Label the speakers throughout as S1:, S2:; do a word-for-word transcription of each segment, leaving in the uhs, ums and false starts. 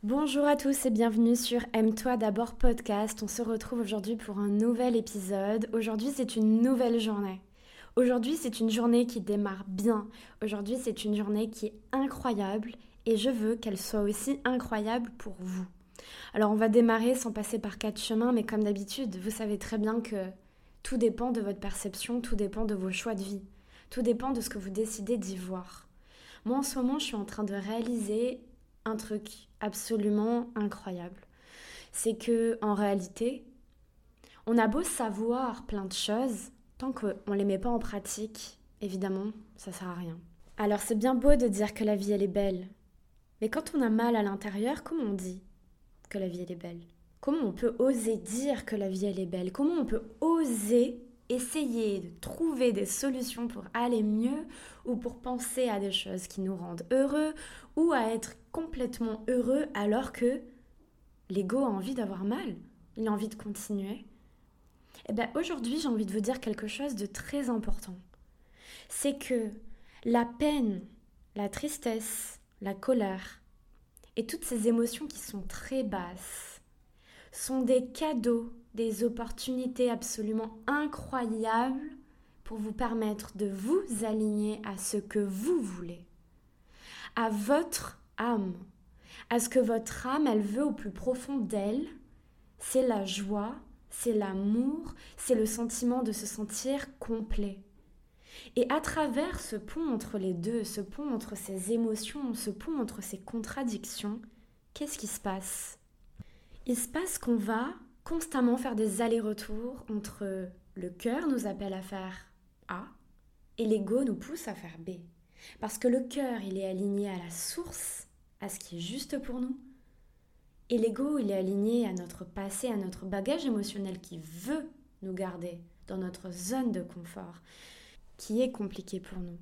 S1: Bonjour à tous et bienvenue sur Aime-toi d'abord podcast. On se retrouve aujourd'hui pour un nouvel épisode. Aujourd'hui, c'est une nouvelle journée. Aujourd'hui, c'est une journée qui démarre bien. Aujourd'hui, c'est une journée qui est incroyable et je veux qu'elle soit aussi incroyable pour vous. Alors, on va démarrer sans passer par quatre chemins, mais comme d'habitude, vous savez très bien que tout dépend de votre perception, tout dépend de vos choix de vie. Tout dépend de ce que vous décidez d'y voir. Moi, en ce moment, je suis en train de réaliser un truc absolument incroyable. C'est que en réalité, on a beau savoir plein de choses, tant qu'on ne les met pas en pratique, évidemment, ça sert à rien. Alors c'est bien beau de dire que la vie elle est belle, mais quand on a mal à l'intérieur, comment on dit que la vie elle est belle? Comment on peut oser dire que la vie elle est belle? Comment on peut oser essayer de trouver des solutions pour aller mieux ou pour penser à des choses qui nous rendent heureux ou à être complètement heureux alors que l'ego a envie d'avoir mal, il a envie de continuer? Et bien aujourd'hui j'ai envie de vous dire quelque chose de très important. C'est que la peine, la tristesse, la colère et toutes ces émotions qui sont très basses sont des cadeaux, des opportunités absolument incroyables pour vous permettre de vous aligner à ce que vous voulez, à votre âme, à ce que votre âme, elle veut au plus profond d'elle. C'est la joie, c'est l'amour, c'est le sentiment de se sentir complet. Et à travers ce pont entre les deux, ce pont entre ces émotions, ce pont entre ces contradictions, qu'est-ce qui se passe ? Il se passe qu'on va constamment faire des allers-retours entre le cœur nous appelle à faire A et l'ego nous pousse à faire B. Parce que le cœur, il est aligné à la source, à ce qui est juste pour nous. Et l'ego, il est aligné à notre passé, à notre bagage émotionnel qui veut nous garder dans notre zone de confort, qui est compliquée pour nous.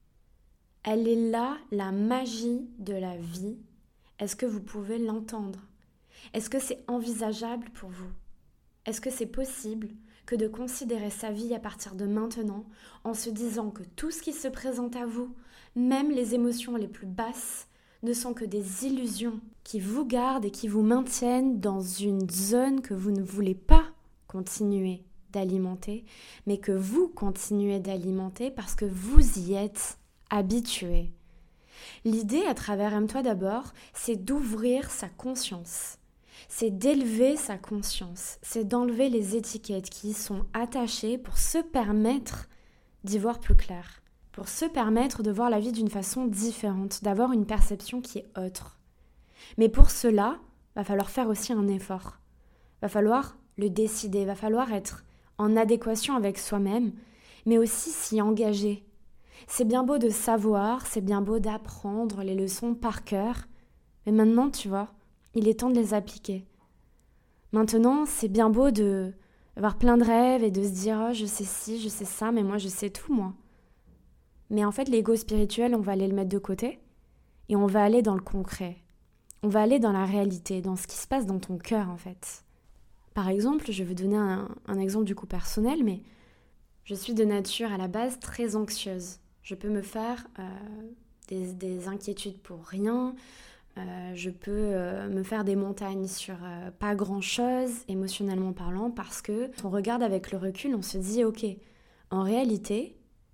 S1: Elle est là, la magie de la vie. Est-ce que vous pouvez l'entendre ? Est-ce que c'est envisageable pour vous ? Est-ce que c'est possible que de considérer sa vie à partir de maintenant en se disant que tout ce qui se présente à vous, même les émotions les plus basses, ne sont que des illusions qui vous gardent et qui vous maintiennent dans une zone que vous ne voulez pas continuer d'alimenter, mais que vous continuez d'alimenter parce que vous y êtes habitué. L'idée à travers Aime-toi d'abord, c'est d'ouvrir sa conscience. C'est d'élever sa conscience, c'est d'enlever les étiquettes qui y sont attachées pour se permettre d'y voir plus clair, pour se permettre de voir la vie d'une façon différente, d'avoir une perception qui est autre. Mais pour cela, va falloir faire aussi un effort, va falloir le décider, va falloir être en adéquation avec soi-même, mais aussi s'y engager. C'est bien beau de savoir, c'est bien beau d'apprendre les leçons par cœur, mais maintenant, tu vois, il est temps de les appliquer. Maintenant, c'est bien beau de avoir plein de rêves et de se dire « Oh, je sais ci, je sais ça, mais moi, je sais tout, moi. » Mais en fait, l'ego spirituel, on va aller le mettre de côté et on va aller dans le concret. On va aller dans la réalité, dans ce qui se passe dans ton cœur, en fait. Par exemple, je vais vous donner un, un exemple du coup personnel, mais je suis de nature à la base très anxieuse. Je peux me faire euh, des, des inquiétudes pour rien. Euh, je peux euh, me faire des montagnes sur euh, pas grand-chose, émotionnellement parlant, parce que quand on regarde avec le recul, on se dit, ok, en réalité,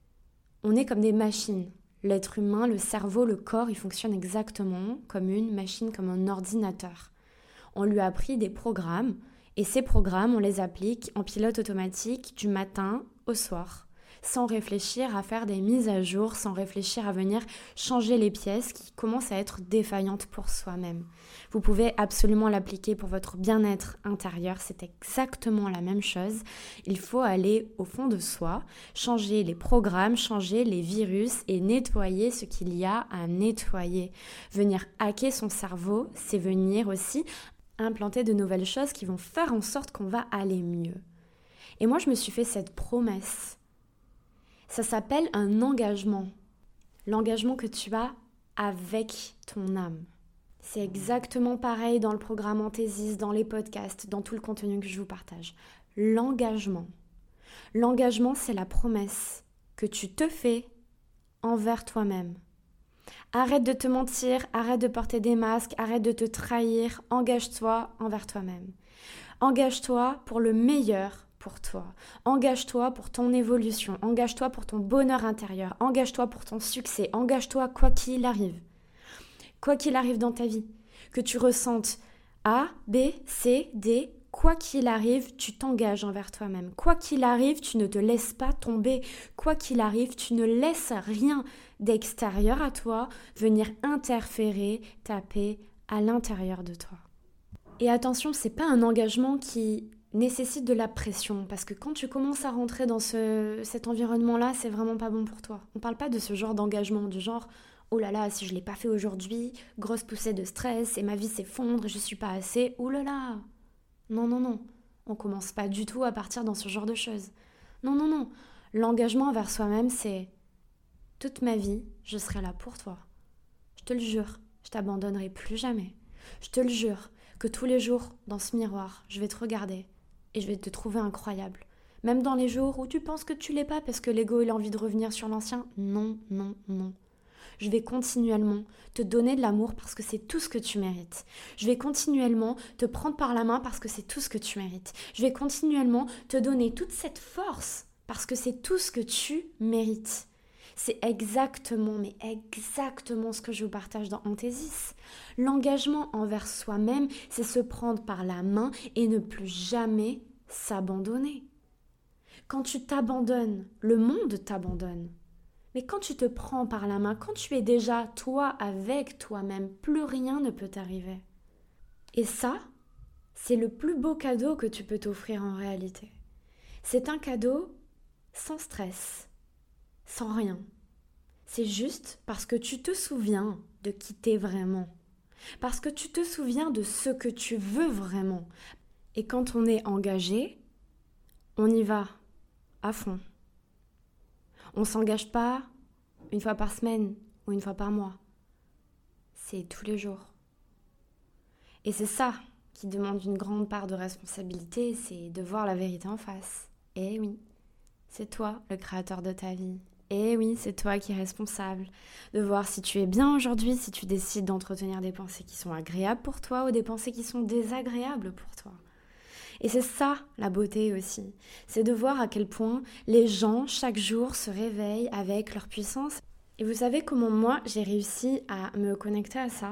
S1: on est comme des machines. L'être humain, le cerveau, le corps, il fonctionne exactement comme une machine, comme un ordinateur. On lui a appris des programmes, et ces programmes, on les applique en pilote automatique du matin au soir, sans réfléchir à faire des mises à jour, sans réfléchir à venir changer les pièces qui commencent à être défaillantes pour soi-même. Vous pouvez absolument l'appliquer pour votre bien-être intérieur, c'est exactement la même chose. Il faut aller au fond de soi, changer les programmes, changer les virus et nettoyer ce qu'il y a à nettoyer. Venir hacker son cerveau, c'est venir aussi implanter de nouvelles choses qui vont faire en sorte qu'on va aller mieux. Et moi, je me suis fait cette promesse. Ça s'appelle un engagement. L'engagement que tu as avec ton âme. C'est exactement pareil dans le programme Anthesis, dans les podcasts, dans tout le contenu que je vous partage. L'engagement. L'engagement, c'est la promesse que tu te fais envers toi-même. Arrête de te mentir, arrête de porter des masques, arrête de te trahir, engage-toi envers toi-même. Engage-toi pour le meilleur pour toi. Engage-toi pour ton évolution, engage-toi pour ton bonheur intérieur, engage-toi pour ton succès, engage-toi quoi qu'il arrive. Quoi qu'il arrive dans ta vie, que tu ressentes A, B, C, D, quoi qu'il arrive, tu t'engages envers toi-même. Quoi qu'il arrive, tu ne te laisses pas tomber. Quoi qu'il arrive, tu ne laisses rien d'extérieur à toi venir interférer, taper à l'intérieur de toi. Et attention, c'est pas un engagement qui nécessite de la pression, parce que quand tu commences à rentrer dans ce, cet environnement-là, c'est vraiment pas bon pour toi. On parle pas de ce genre d'engagement, du genre « Oh là là, si je l'ai pas fait aujourd'hui, grosse poussée de stress et ma vie s'effondre, je suis pas assez, oh là là !» Non, non, non, on commence pas du tout à partir dans ce genre de choses. Non, non, non, l'engagement envers soi-même, c'est « Toute ma vie, je serai là pour toi. Je te le jure, je t'abandonnerai plus jamais. Je te le jure que tous les jours, dans ce miroir, je vais te regarder et je vais te trouver incroyable. Même dans les jours où tu penses que tu l'es pas parce que l'ego il a envie de revenir sur l'ancien. Non, non, non. Je vais continuellement te donner de l'amour parce que c'est tout ce que tu mérites. Je vais continuellement te prendre par la main parce que c'est tout ce que tu mérites. Je vais continuellement te donner toute cette force parce que c'est tout ce que tu mérites. C'est exactement, mais exactement ce que je vous partage dans Anthesis. L'engagement envers soi-même, c'est se prendre par la main et ne plus jamais s'abandonner. Quand tu t'abandonnes, le monde t'abandonne. Mais quand tu te prends par la main, quand tu es déjà toi avec toi-même, plus rien ne peut t'arriver. Et ça, c'est le plus beau cadeau que tu peux t'offrir en réalité. C'est un cadeau sans stress, sans rien. C'est juste parce que tu te souviens de qui t'es vraiment. Parce que tu te souviens de ce que tu veux vraiment. Et quand on est engagé, on y va à fond. On ne s'engage pas une fois par semaine ou une fois par mois. C'est tous les jours. Et c'est ça qui demande une grande part de responsabilité, c'est de voir la vérité en face. Et oui, c'est toi le créateur de ta vie. Et oui, c'est toi qui es responsable de voir si tu es bien aujourd'hui, si tu décides d'entretenir des pensées qui sont agréables pour toi ou des pensées qui sont désagréables pour toi. Et c'est ça la beauté aussi, c'est de voir à quel point les gens chaque jour se réveillent avec leur puissance. Et vous savez comment moi j'ai réussi à me connecter à ça ?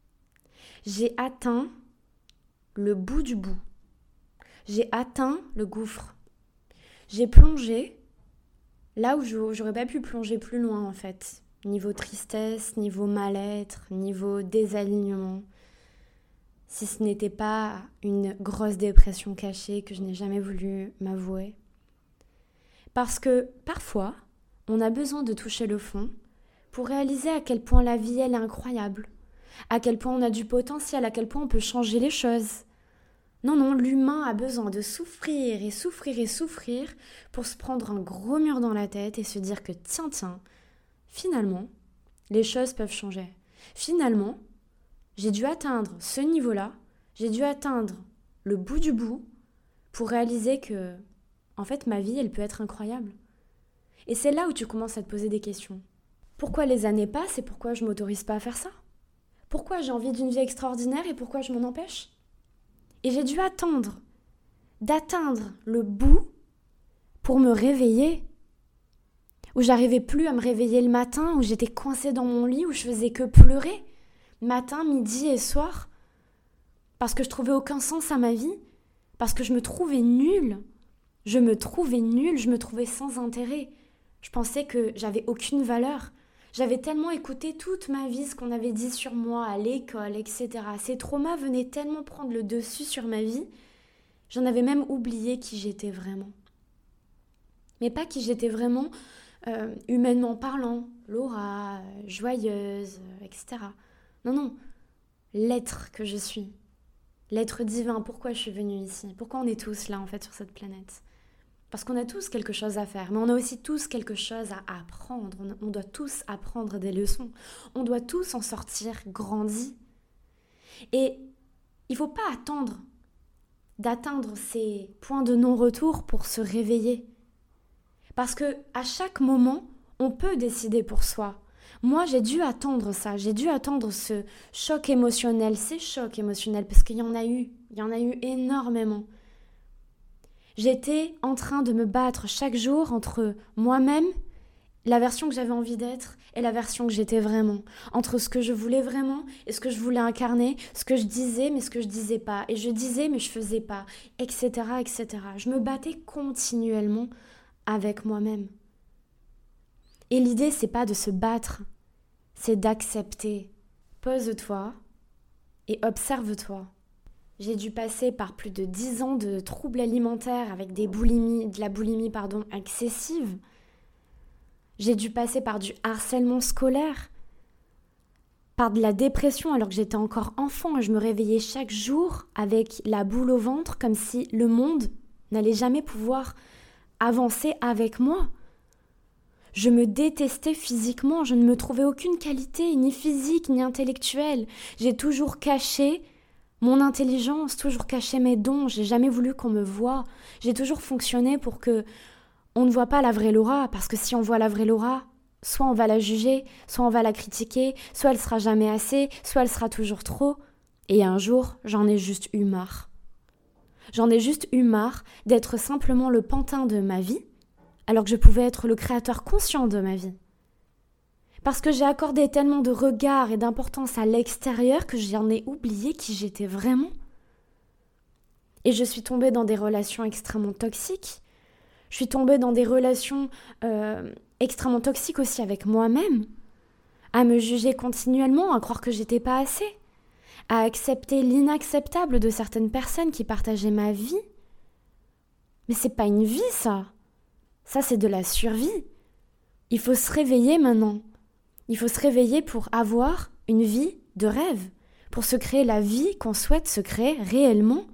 S1: J'ai atteint le bout du bout. J'ai atteint le gouffre. J'ai plongé là où j'aurais pas pu plonger plus loin en fait. Niveau tristesse, niveau mal-être, niveau désalignement. Si ce n'était pas une grosse dépression cachée que je n'ai jamais voulu m'avouer. Parce que parfois, on a besoin de toucher le fond pour réaliser à quel point la vie elle est incroyable, à quel point on a du potentiel, à quel point on peut changer les choses. Non, non, l'humain a besoin de souffrir et souffrir et souffrir pour se prendre un gros mur dans la tête et se dire que tiens, tiens, finalement, les choses peuvent changer. Finalement, j'ai dû atteindre ce niveau-là, j'ai dû atteindre le bout du bout pour réaliser que, en fait, ma vie, elle peut être incroyable. Et c'est là où tu commences à te poser des questions. Pourquoi les années passent et pourquoi je ne m'autorise pas à faire ça ? Pourquoi j'ai envie d'une vie extraordinaire et pourquoi je m'en empêche ? Et j'ai dû attendre d'atteindre le bout pour me réveiller, où j'arrivais plus à me réveiller le matin, où j'étais coincée dans mon lit, où je faisais que pleurer. Matin, midi et soir, parce que je trouvais aucun sens à ma vie, parce que je me trouvais nulle, je me trouvais nulle, je me trouvais sans intérêt. Je pensais que j'avais aucune valeur. J'avais tellement écouté toute ma vie ce qu'on avait dit sur moi à l'école, et cetera. Ces traumas venaient tellement prendre le dessus sur ma vie, j'en avais même oublié qui j'étais vraiment. Mais pas qui j'étais vraiment euh, humainement parlant, Laura, joyeuse, et cetera. Non, non, l'être que je suis, l'être divin, pourquoi je suis venue ici, pourquoi on est tous là en fait sur cette planète. Parce qu'on a tous quelque chose à faire, mais on a aussi tous quelque chose à apprendre, on, on doit tous apprendre des leçons, on doit tous en sortir grandis. Et il ne faut pas attendre d'atteindre ces points de non-retour pour se réveiller. Parce qu'à chaque moment, on peut décider pour soi. Moi, j'ai dû attendre ça, j'ai dû attendre ce choc émotionnel, ces chocs émotionnels, parce qu'il y en a eu, il y en a eu énormément. J'étais en train de me battre chaque jour entre moi-même, la version que j'avais envie d'être et la version que j'étais vraiment. Entre ce que je voulais vraiment et ce que je voulais incarner, ce que je disais mais ce que je disais pas. Et je disais mais je faisais pas, et cetera, et cetera. Je me battais continuellement avec moi-même. Et l'idée, c'est pas de se battre, c'est d'accepter. Pose-toi et observe-toi. J'ai dû passer par plus de dix ans de troubles alimentaires avec des boulimies, de la boulimie pardon, excessive. J'ai dû passer par du harcèlement scolaire, par de la dépression alors que j'étais encore enfant et je me réveillais chaque jour avec la boule au ventre comme si le monde n'allait jamais pouvoir avancer avec moi. Je me détestais physiquement, je ne me trouvais aucune qualité, ni physique, ni intellectuelle. J'ai toujours caché mon intelligence, toujours caché mes dons, j'ai jamais voulu qu'on me voie. J'ai toujours fonctionné pour que on ne voit pas la vraie Laura, parce que si on voit la vraie Laura, soit on va la juger, soit on va la critiquer, soit elle sera jamais assez, soit elle sera toujours trop. Et un jour, j'en ai juste eu marre. J'en ai juste eu marre d'être simplement le pantin de ma vie, alors que je pouvais être le créateur conscient de ma vie. Parce que j'ai accordé tellement de regards et d'importance à l'extérieur que j'en ai oublié qui j'étais vraiment. Et je suis tombée dans des relations extrêmement toxiques. Je suis tombée dans des relations euh, extrêmement toxiques aussi avec moi-même. À me juger continuellement, à croire que j'étais pas assez. À accepter l'inacceptable de certaines personnes qui partageaient ma vie. Mais c'est pas une vie, ça. Ça, c'est de la survie. Il faut se réveiller maintenant. Il faut se réveiller pour avoir une vie de rêve, pour se créer la vie qu'on souhaite se créer réellement.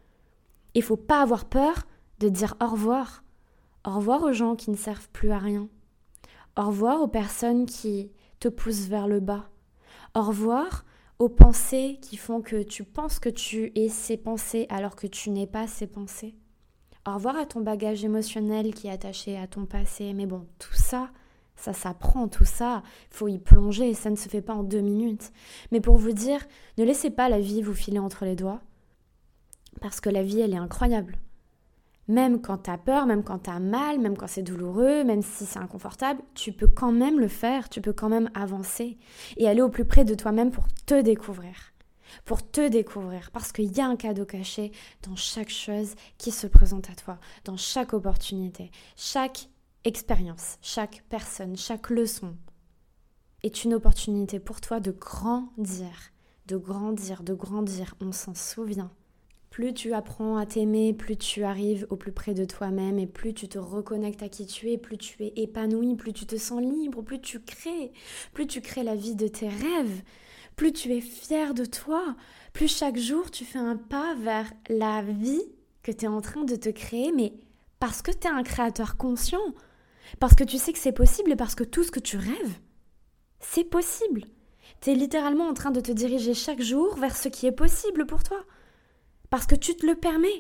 S1: Il faut pas avoir peur de dire au revoir. Au revoir aux gens qui ne servent plus à rien. Au revoir aux personnes qui te poussent vers le bas. Au revoir aux pensées qui font que tu penses que tu es ces pensées alors que tu n'es pas ces pensées. Au revoir à ton bagage émotionnel qui est attaché à ton passé. Mais bon, tout ça, ça s'apprend, tout ça, il faut y plonger, ça ne se fait pas en deux minutes. Mais pour vous dire, ne laissez pas la vie vous filer entre les doigts, parce que la vie, elle est incroyable. Même quand t'as peur, même quand t'as mal, même quand c'est douloureux, même si c'est inconfortable, tu peux quand même le faire, tu peux quand même avancer et aller au plus près de toi-même pour te découvrir. Pour te découvrir, parce qu'il y a un cadeau caché dans chaque chose qui se présente à toi, dans chaque opportunité, chaque expérience, chaque personne, chaque leçon est une opportunité pour toi de grandir, de grandir, de grandir, on s'en souvient. Plus tu apprends à t'aimer, plus tu arrives au plus près de toi-même et plus tu te reconnectes à qui tu es, plus tu es épanoui, plus tu te sens libre, plus tu crées, plus tu crées la vie de tes rêves, plus tu es fier de toi, plus chaque jour tu fais un pas vers la vie que tu es en train de te créer, mais parce que tu es un créateur conscient, parce que tu sais que c'est possible et parce que tout ce que tu rêves, c'est possible. Tu es littéralement en train de te diriger chaque jour vers ce qui est possible pour toi. Parce que tu te le permets.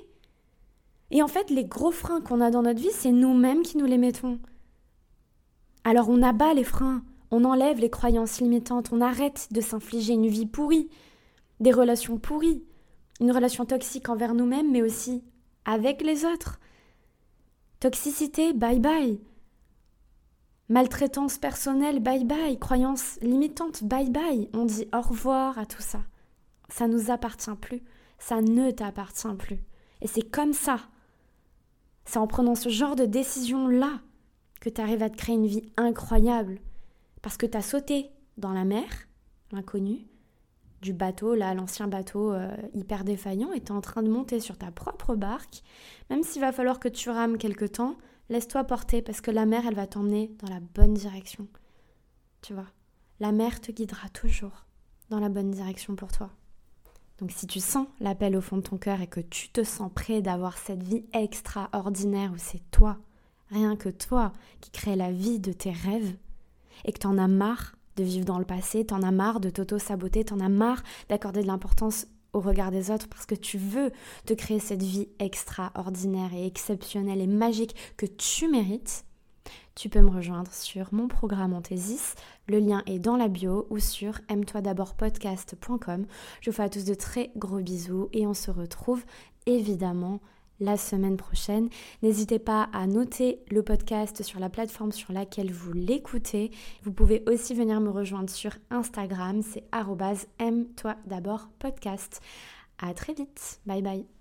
S1: Et en fait, les gros freins qu'on a dans notre vie, c'est nous-mêmes qui nous les mettons. Alors on abat les freins, on enlève les croyances limitantes, on arrête de s'infliger une vie pourrie, des relations pourries, une relation toxique envers nous-mêmes, mais aussi avec les autres. Toxicité, bye bye. Maltraitance personnelle, bye bye. Croyances limitantes, bye bye. On dit au revoir à tout ça. Ça nous appartient plus. Ça ne t'appartient plus. Et c'est comme ça. C'est en prenant ce genre de décision-là que tu arrives à te créer une vie incroyable. Parce que tu as sauté dans la mer, l'inconnu, du bateau, là, l'ancien bateau euh, hyper défaillant, et tu es en train de monter sur ta propre barque. Même s'il va falloir que tu rames quelque temps, laisse-toi porter parce que la mer, elle va t'emmener dans la bonne direction. Tu vois, la mer te guidera toujours dans la bonne direction pour toi. Donc si tu sens l'appel au fond de ton cœur et que tu te sens prêt d'avoir cette vie extraordinaire où c'est toi, rien que toi, qui crée la vie de tes rêves et que t'en as marre de vivre dans le passé, t'en as marre de t'auto-saboter, t'en as marre d'accorder de l'importance au regard des autres parce que tu veux te créer cette vie extraordinaire et exceptionnelle et magique que tu mérites, tu peux me rejoindre sur mon programme Anthesis. Le lien est dans la bio ou sur aime toi d'abord podcast point com. Je vous fais à tous de très gros bisous et on se retrouve évidemment la semaine prochaine. N'hésitez pas à noter le podcast sur la plateforme sur laquelle vous l'écoutez. Vous pouvez aussi venir me rejoindre sur Instagram, c'est arobase aime toi d'abord podcast. À très vite, bye bye.